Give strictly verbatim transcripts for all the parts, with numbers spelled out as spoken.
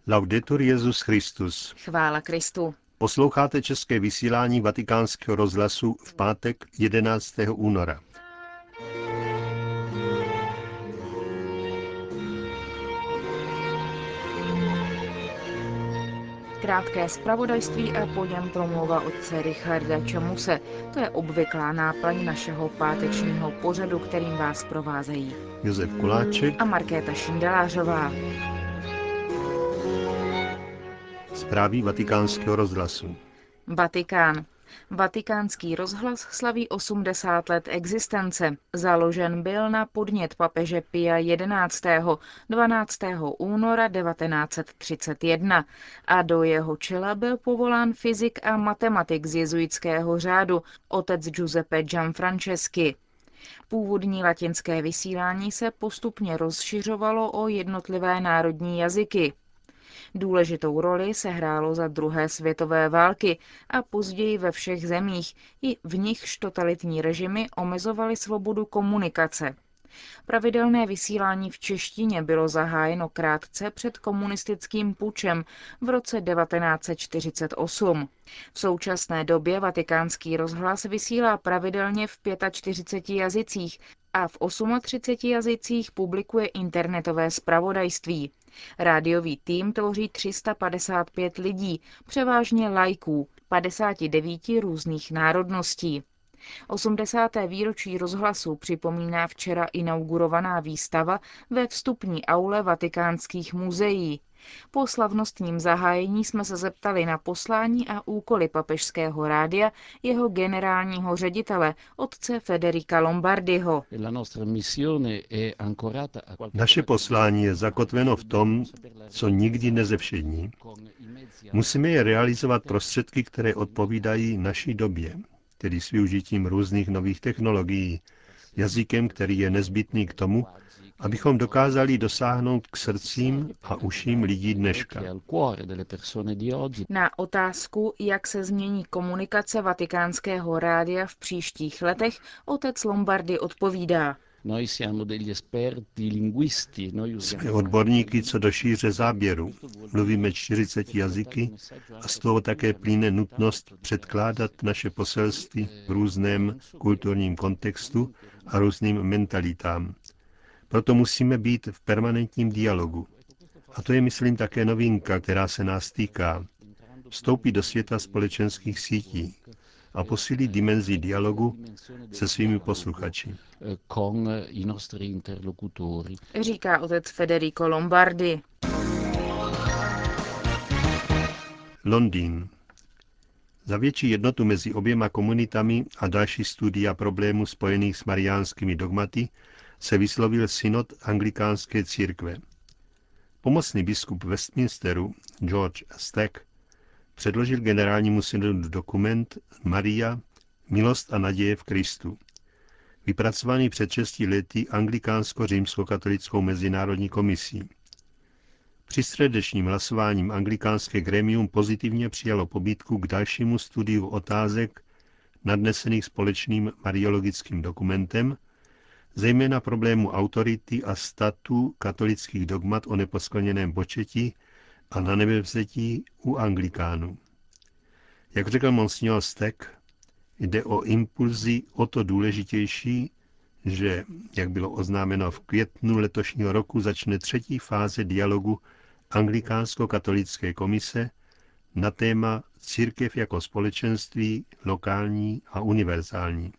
Laudetur Jesus Christus. Chvála Kristu. Posloucháte české vysílání Vatikánského rozhlasu v pátek jedenáctého února. Krátké zpravodajství a po něm promluva otce Richarda Čemuse. To je obvyklá náplň našeho pátečního pořadu, kterým vás provázejí Josef Kuláček a Markéta Šindelářová. Zprávy Vatikánského rozhlasu. Vatikán. Vatikánský rozhlas slaví osmdesát let existence. Založen byl na podnět papeže Pia jedenáctého. dvanáctého února devatenáct set třicet jedna a do jeho čela byl povolán fyzik a matematik z jezuitského řádu, otec Giuseppe Gianfranceschi. Původní latinské vysílání se postupně rozšiřovalo o jednotlivé národní jazyky. Důležitou roli sehrálo za druhé světové války a později ve všech zemích, i v nichž totalitní režimy omezovaly svobodu komunikace. Pravidelné vysílání v češtině bylo zahájeno krátce před komunistickým pučem v roce devatenáct set čtyřicet osm. V současné době Vatikánský rozhlas vysílá pravidelně v čtyřiceti pěti jazycích a v třiceti osmi jazycích publikuje internetové zpravodajství. Rádiový tým tvoří tři sta padesát pět lidí, převážně laiků, padesát devět různých národností. osmdesáté výročí rozhlasu připomíná včera inaugurovaná výstava ve vstupní aule vatikánských muzeí. Po slavnostním zahájení jsme se zeptali na poslání a úkoly papežského rádia jeho generálního ředitele, otce Federica Lombardiho. Naše poslání je zakotveno v tom, co nikdy nezevšední. Musíme je realizovat prostředky, které odpovídají naší době, tedy s využitím různých nových technologií, jazykem, který je nezbytný k tomu, abychom dokázali dosáhnout k srdcím a uším lidí dneška. Na otázku, jak se změní komunikace vatikánského rádia v příštích letech, otec Lombardi odpovídá. Jsme odborníky co do šíře záběru. Mluvíme čtyřiceti jazyky a z toho také plyne nutnost předkládat naše poselství v různém kulturním kontextu a různým mentalitám. Proto musíme být v permanentním dialogu. A to je, myslím, také novinka, která se nás týká. Vstoupit do světa společenských sítí a posílit dimenzi dialogu se svými posluchači. Říká otec Federico Lombardi. Londýn. Za větší jednotu mezi oběma komunitami a další studia problémů spojených s mariánskými dogmaty se vyslovil synod anglikánské církve. Pomocný biskup Westminsteru George Stack předložil generálnímu synodu dokument Maria, milost a naděje v Kristu, vypracovaný před šesti lety anglikánsko-římskokatolickou mezinárodní komisí. Při středečním hlasováním anglikánské grémium pozitivně přijalo pobídku k dalšímu studiu otázek nadnesených společným mariologickým dokumentem, zejména problému autority a statu katolických dogmat o neposkvrněném početí a na nebevzetí u anglikánů. Jak řekl monsignor Stack, jde o impulzy o to důležitější, že, jak bylo oznámeno v květnu letošního roku, začne třetí fáze dialogu anglikánsko-katolické komise na téma církev jako společenství lokální a univerzální.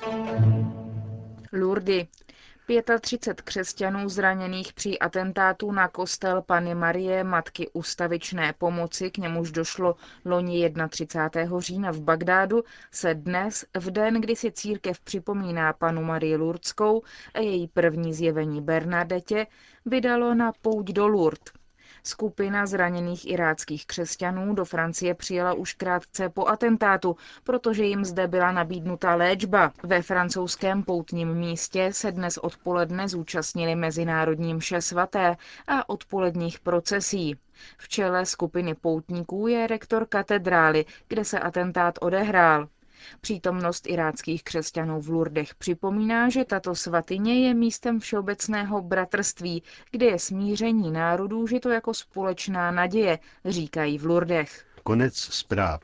Lourdes. třicet pět křesťanů zraněných při atentátu na kostel Panny Marie, matky ustavičné pomoci, k němuž došlo loni třicátého prvního října v Bagdádu, se dnes, v den, kdy si církev připomíná Pannu Marii Lurdskou a její první zjevení Bernadetě, vydalo na pouť do Lourdes. Skupina zraněných iráckých křesťanů do Francie přijela už krátce po atentátu, protože jim zde byla nabídnuta léčba. Ve francouzském poutním místě se dnes odpoledne zúčastnili mezinárodní mše svaté a odpoledních procesí. V čele skupiny poutníků je rektor katedrály, kde se atentát odehrál. Přítomnost iráckých křesťanů v Lourdech připomíná, že tato svatyně je místem všeobecného bratrství, kde je smíření národů žito jako společná naděje, říkají v Lourdech. Konec zpráv.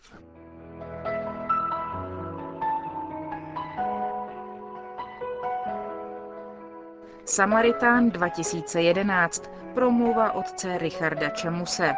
Samaritán dva tisíce jedenáct. Promluva otce Richarda Čemuse.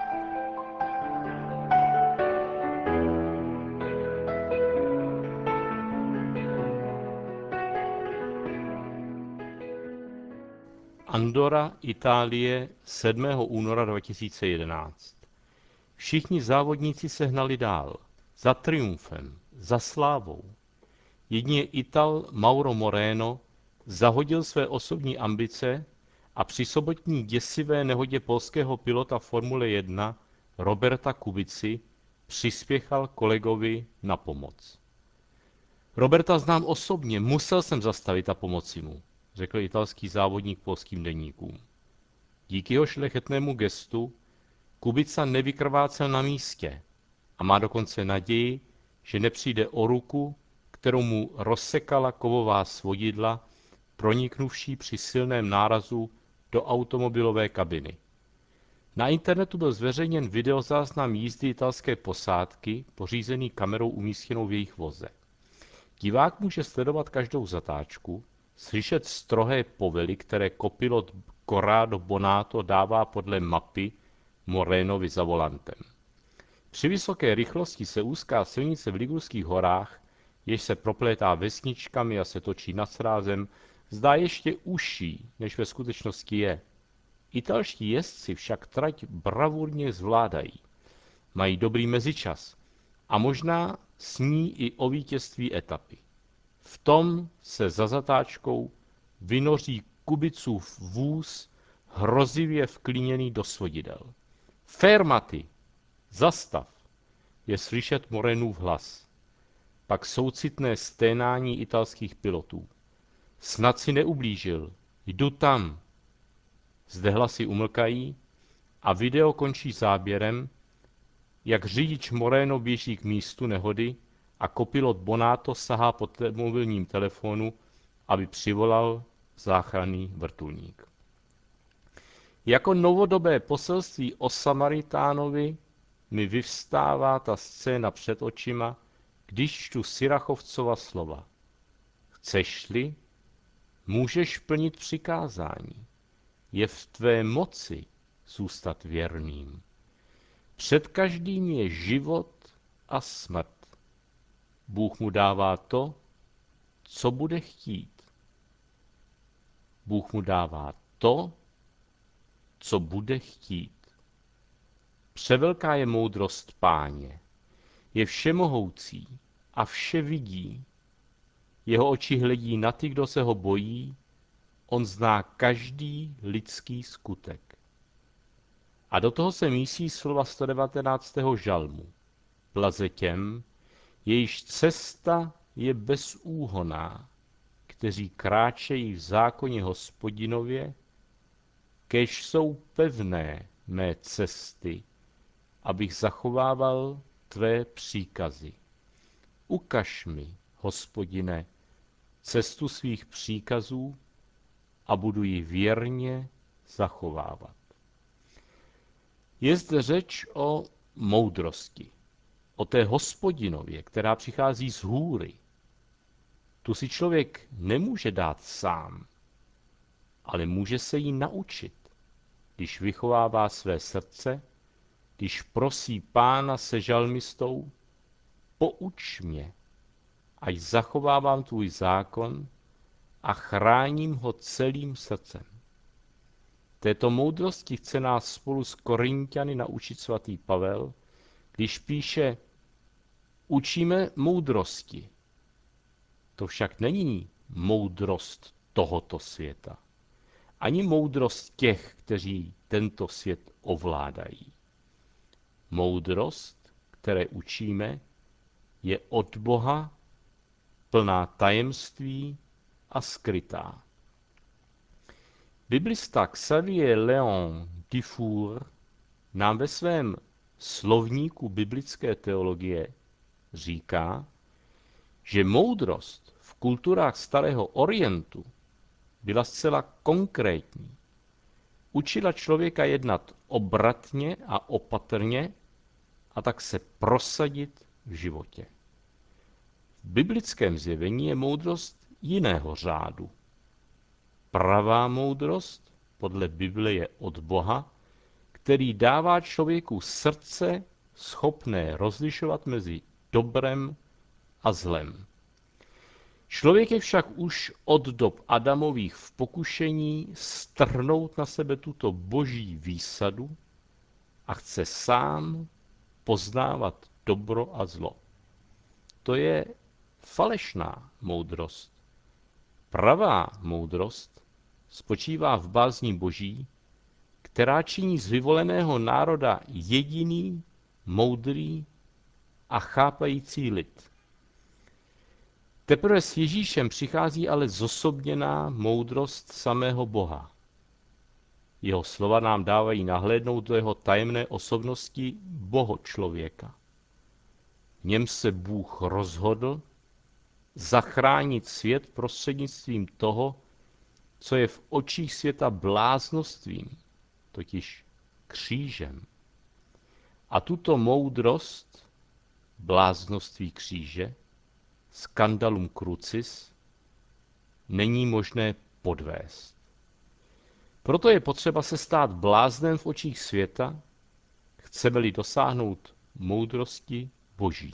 Andorra, Itálie, sedmého února dva tisíce jedenáct. Všichni závodníci se hnali dál. Za triumfem, za slávou. Jedině Ital Mauro Moreno zahodil své osobní ambice a při sobotní děsivé nehodě polského pilota Formule jedna Roberta Kubicy přispěchal kolegovi na pomoc. Roberta znám osobně, musel jsem zastavit a pomoci mu, řekl italský závodník polským deníkům. Díky jeho šlechetnému gestu Kubica nevykrvácel na místě a má dokonce naději, že nepřijde o ruku, kterou mu rozsekala kovová svodidla, proniknuvší při silném nárazu do automobilové kabiny. Na internetu byl zveřejněn videozáznam jízdy italské posádky, pořízený kamerou umístěnou v jejich voze. Divák může sledovat každou zatáčku, slyšet strohé povely, které kopilot Corrado Bonato dává podle mapy Morenovi za volantem. Při vysoké rychlosti se úzká silnice v Ligurských horách, jež se proplétá vesničkami a se točí nad srázem, zdá ještě užší, než ve skutečnosti je. Italští jezdci však trať bravurně zvládají. Mají dobrý mezičas a možná sní i o vítězství etapy. V tom se za zatáčkou vynoří Kubicův vůz, hrozivě vklíněný do svodidel. Fermati! Zastav! Je slyšet Morenův hlas. Pak soucitné sténání italských pilotů. Snad si neublížil. Jdu tam. Zde hlasy umlkají a video končí záběrem, jak řidič Moreno běží k místu nehody a kopilot Bonato sahá po te- mobilním telefonu, aby přivolal záchranný vrtulník. Jako novodobé poselství o Samaritánovi mi vyvstává ta scéna před očima, když čtu Sirachovcova slova. Chceš-li, můžeš plnit přikázání. Je v tvé moci zůstat věrným. Před každým je život a smrt. Bůh mu dává to, co bude chtít. Bůh mu dává to, co bude chtít. Převelká je moudrost Páně. Je všemohoucí a vše vidí. Jeho oči hledí na ty, kdo se ho bojí. On zná každý lidský skutek. A do toho se mísí slova sto devatenáctého žalmu. Blaze těm, jejíž cesta je bezúhonná, kteří kráčejí v zákoně Hospodinově, kéž jsou pevné mé cesty, abych zachovával tvé příkazy. Ukaž mi, Hospodine, cestu svých příkazů a budu ji věrně zachovávat. Je zde řeč o moudrosti, o té Hospodinově, která přichází z hůry. Tu si člověk nemůže dát sám, ale může se jí naučit, když vychovává své srdce, když prosí Pána se žalmistou, pouč mě, ať zachovávám tvůj zákon a chráním ho celým srdcem. Této moudrosti chce nás spolu s Korinťany naučit svatý Pavel, když píše: učíme moudrosti. To však není moudrost tohoto světa, ani moudrost těch, kteří tento svět ovládají. Moudrost, které učíme, je od Boha, plná tajemství a skrytá. Biblista Xavier Léon Dufour nám ve svém slovníku biblické teologie říká, že moudrost v kulturách Starého Orientu byla zcela konkrétní. Učila člověka jednat obratně a opatrně a tak se prosadit v životě. V biblickém zjevení je moudrost jiného řádu. Pravá moudrost podle Bible je od Boha, který dává člověku srdce schopné rozlišovat mezi dobrem a zlem. Člověk je však už od dob Adamových v pokušení strhnout na sebe tuto boží výsadu a chce sám poznávat dobro a zlo. To je falešná moudrost. Pravá moudrost spočívá v bázni boží, která činí z vyvoleného národa jediný, moudrý a chápající lid. Teprve s Ježíšem přichází ale zosobněná moudrost samého Boha. Jeho slova nám dávají nahlédnout do jeho tajemné osobnosti bohočlověka. V něm se Bůh rozhodl zachránit svět prostřednictvím toho, co je v očích světa bláznostvím, totiž křížem. A tuto moudrost, bláznoství kříže, skandalum crucis, není možné podvést. Proto je potřeba se stát bláznem v očích světa, chceme-li dosáhnout moudrosti Boží.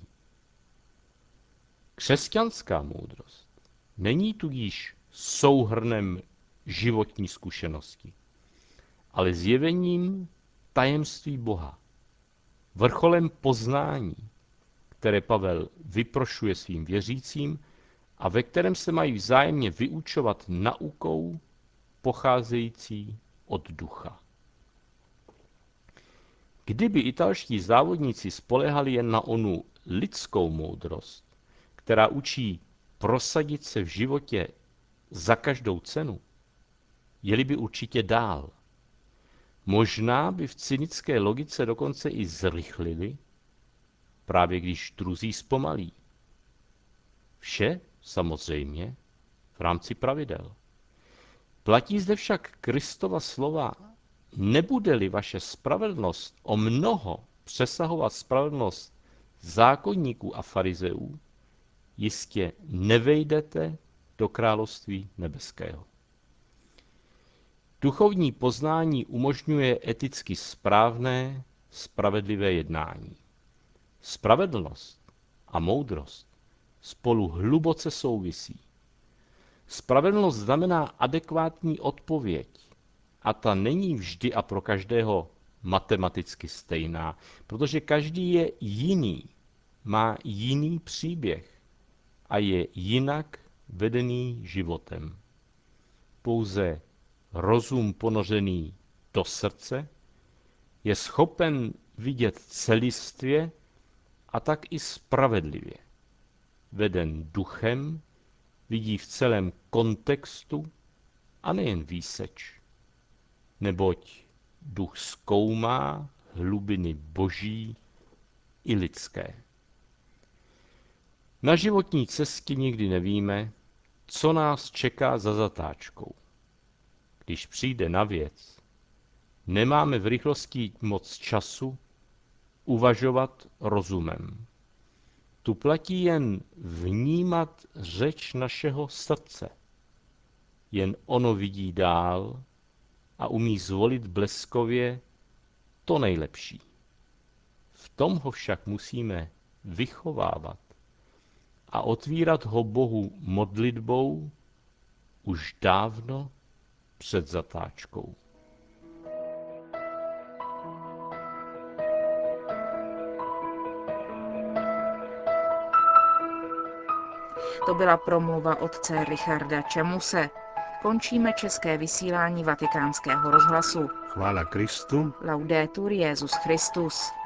Křesťanská moudrost není tudíž souhrnem životní zkušenosti, ale zjevením tajemství Boha, vrcholem poznání, které Pavel vyprošuje svým věřícím a ve kterém se mají vzájemně vyučovat naukou pocházející od ducha. Kdyby italští závodníci spolehali jen na onu lidskou moudrost, která učí prosadit se v životě za každou cenu, jeli by určitě dál. Možná by v cynické logice dokonce i zrychlili, právě když druzí zpomalí. Vše samozřejmě v rámci pravidel. Platí zde však Kristova slova: nebude-li vaše spravedlnost o mnoho přesahovat spravedlnost zákonníků a farizeů, jistě nevejdete do království nebeského. Duchovní poznání umožňuje eticky správné, spravedlivé jednání. Spravedlnost a moudrost spolu hluboce souvisí. Spravedlnost znamená adekvátní odpověď a ta není vždy a pro každého matematicky stejná, protože každý je jiný, má jiný příběh a je jinak vedený životem. Pouze rozum ponořený do srdce je schopen vidět celistvě a tak i spravedlivě. Veden duchem vidí v celém kontextu a nejen výseč, neboť duch zkoumá hlubiny boží i lidské. Na životní cestě nikdy nevíme, co nás čeká za zatáčkou. Když přijde na věc, nemáme v rychlosti moc času uvažovat rozumem. Tu platí jen vnímat řeč našeho srdce. Jen ono vidí dál a umí zvolit bleskově to nejlepší. V tom ho však musíme vychovávat a otvírat ho Bohu modlitbou už dávno před zatáčkou. To byla promluva otce Richarda Čemuse. Končíme české vysílání Vatikánského rozhlasu. Chvála Kristu. Laudetur Jesus Christus.